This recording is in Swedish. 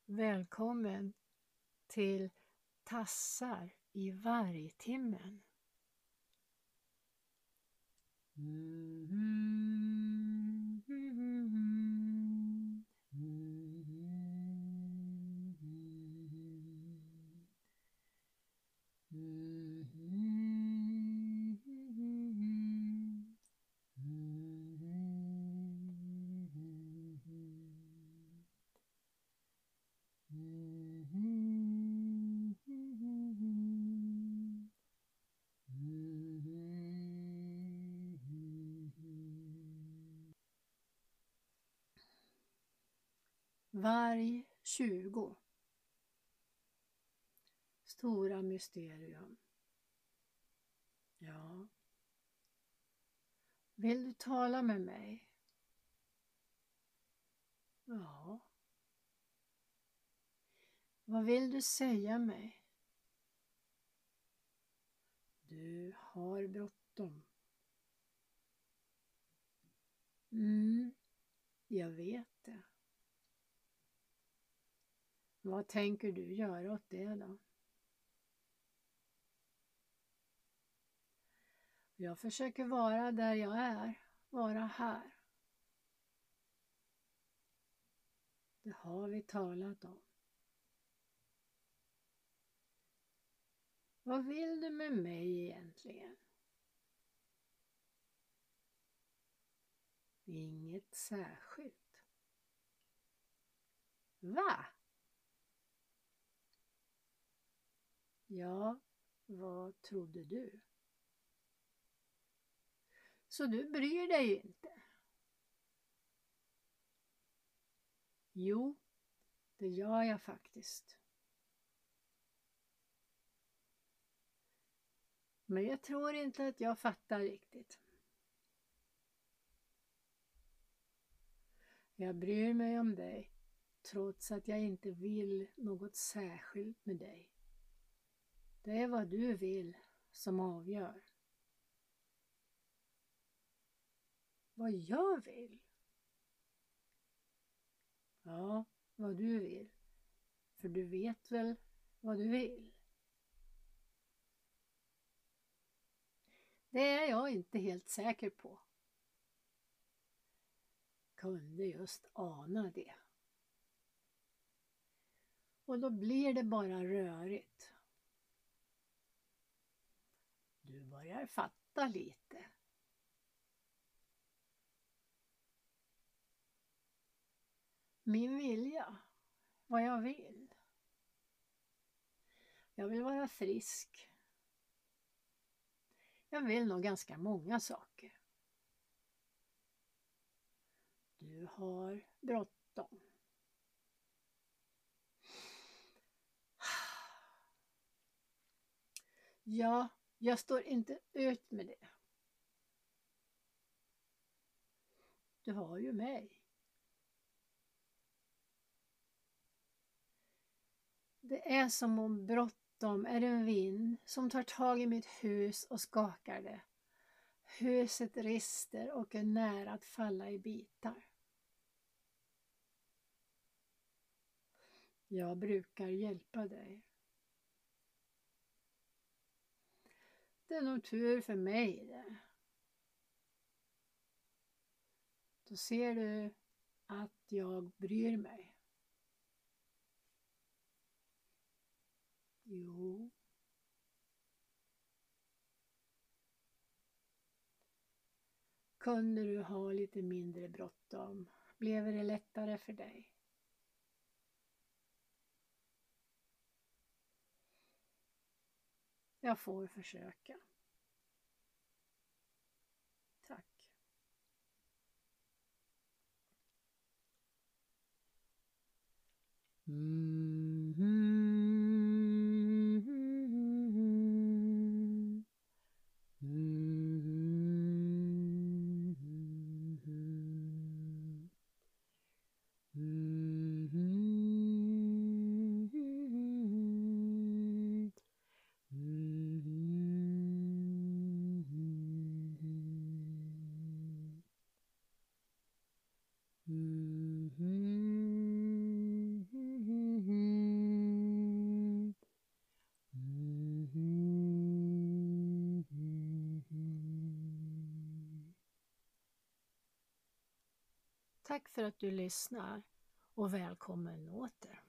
Välkommen till Tassar i vargtimmen. Varg 20. Stora mysterium. Ja. Vill du tala med mig? Ja. Vad vill du säga mig? Du har bråttom. Jag vet det. Vad tänker du göra åt det då? Jag försöker vara där jag är, vara här. Det har vi talat om. Vad vill du med mig egentligen? Inget särskilt. Va? Ja, vad trodde du? Så du bryr dig inte? Jo, det gör jag faktiskt. Men jag tror inte att jag fattar riktigt. Jag bryr mig om dig, trots att jag inte vill något särskilt med dig. Det är vad du vill som avgör. Vad jag vill? Ja, vad du vill. För du vet väl vad du vill? Det är jag inte helt säker på. Kunde just ana det. Och då blir det bara rörigt. Du börjar fatta lite. Min vilja, vad jag vill. Jag vill vara frisk. Jag vill nog ganska många saker. Du har bråttom. Ja, jag står inte ut med det. Du har ju mig. Det är som om bråttom är en vind som tar tag i mitt hus och skakar det. Huset rister och är nära att falla i bitar. Jag brukar hjälpa dig. Det är nog tur för mig det. Då ser du att jag bryr mig. Jo. Kunde du ha lite mindre bråttom, blev det lättare för dig. Jag får försöka. Tack. Tack för att du lyssnar och välkommen åter.